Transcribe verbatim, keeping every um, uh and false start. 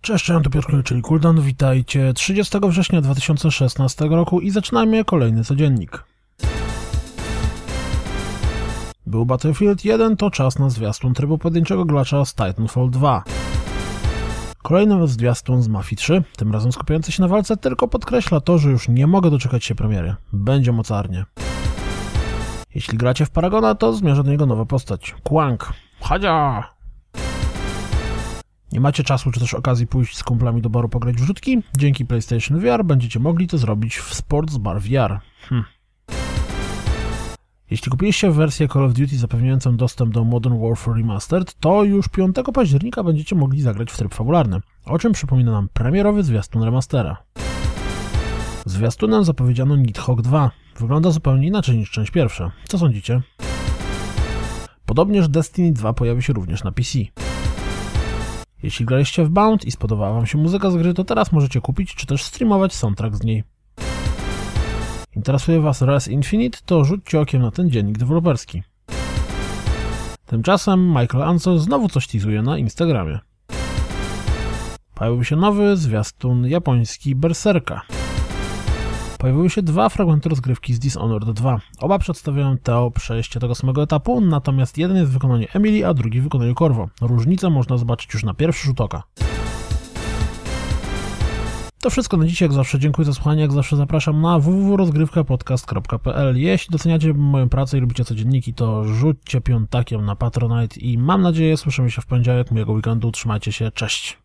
Cześć, ja tu Piotr, czyli Kuldan. Witajcie trzydziestego września dwa tysiące szesnastego roku i zaczynajmy kolejny codziennik. Był Battlefield jeden, to czas na zwiastun trybu pojedynczego gracza z Titanfall dwa. Kolejny zwiastun z Mafii trzy, tym razem skupiający się na walce, tylko podkreśla to, że już nie mogę doczekać się premiery. Będzie mocarnie. Jeśli gracie w Paragona, to zmierza do niego nowa postać. Quank. Chadzia! Nie macie czasu czy też okazji pójść z kumplami do baru pograć w rzutki? Dzięki PlayStation V R będziecie mogli to zrobić w Sports Bar V R. Hm. Jeśli kupiliście wersję Call of Duty zapewniającą dostęp do Modern Warfare Remastered, to już piątego października będziecie mogli zagrać w tryb fabularny, o czym przypomina nam premierowy zwiastun remastera. Zwiastunem zapowiedziano Nidhogg dwa. Wygląda zupełnie inaczej niż część pierwsza. Co sądzicie? Podobnież Destiny dwa pojawi się również na P C. Jeśli graliście w Bound i spodobała wam się muzyka z gry, to teraz możecie kupić czy też streamować soundtrack z niej. Interesuje was Res Infinite? To rzućcie okiem na ten dziennik deweloperski. Tymczasem Michael Ansel znowu coś teasuje na Instagramie. Pojawił się nowy zwiastun japoński Berserka. Pojawiły się dwa fragmenty rozgrywki z Dishonored dwa. Oba przedstawiają Teo przejście tego samego etapu, natomiast jeden jest w wykonaniu Emily, a drugi w wykonaniu Corvo. Różnicę można zobaczyć już na pierwszy rzut oka. To wszystko na dziś, jak zawsze dziękuję za słuchanie, jak zawsze zapraszam na w w w kropka rozgrywka podcast kropka p l. Jeśli doceniacie moją pracę i lubicie codzienniki, to rzućcie piątakiem na Patronite i mam nadzieję słyszymy się w poniedziałek, miłego weekendu, trzymajcie się, cześć!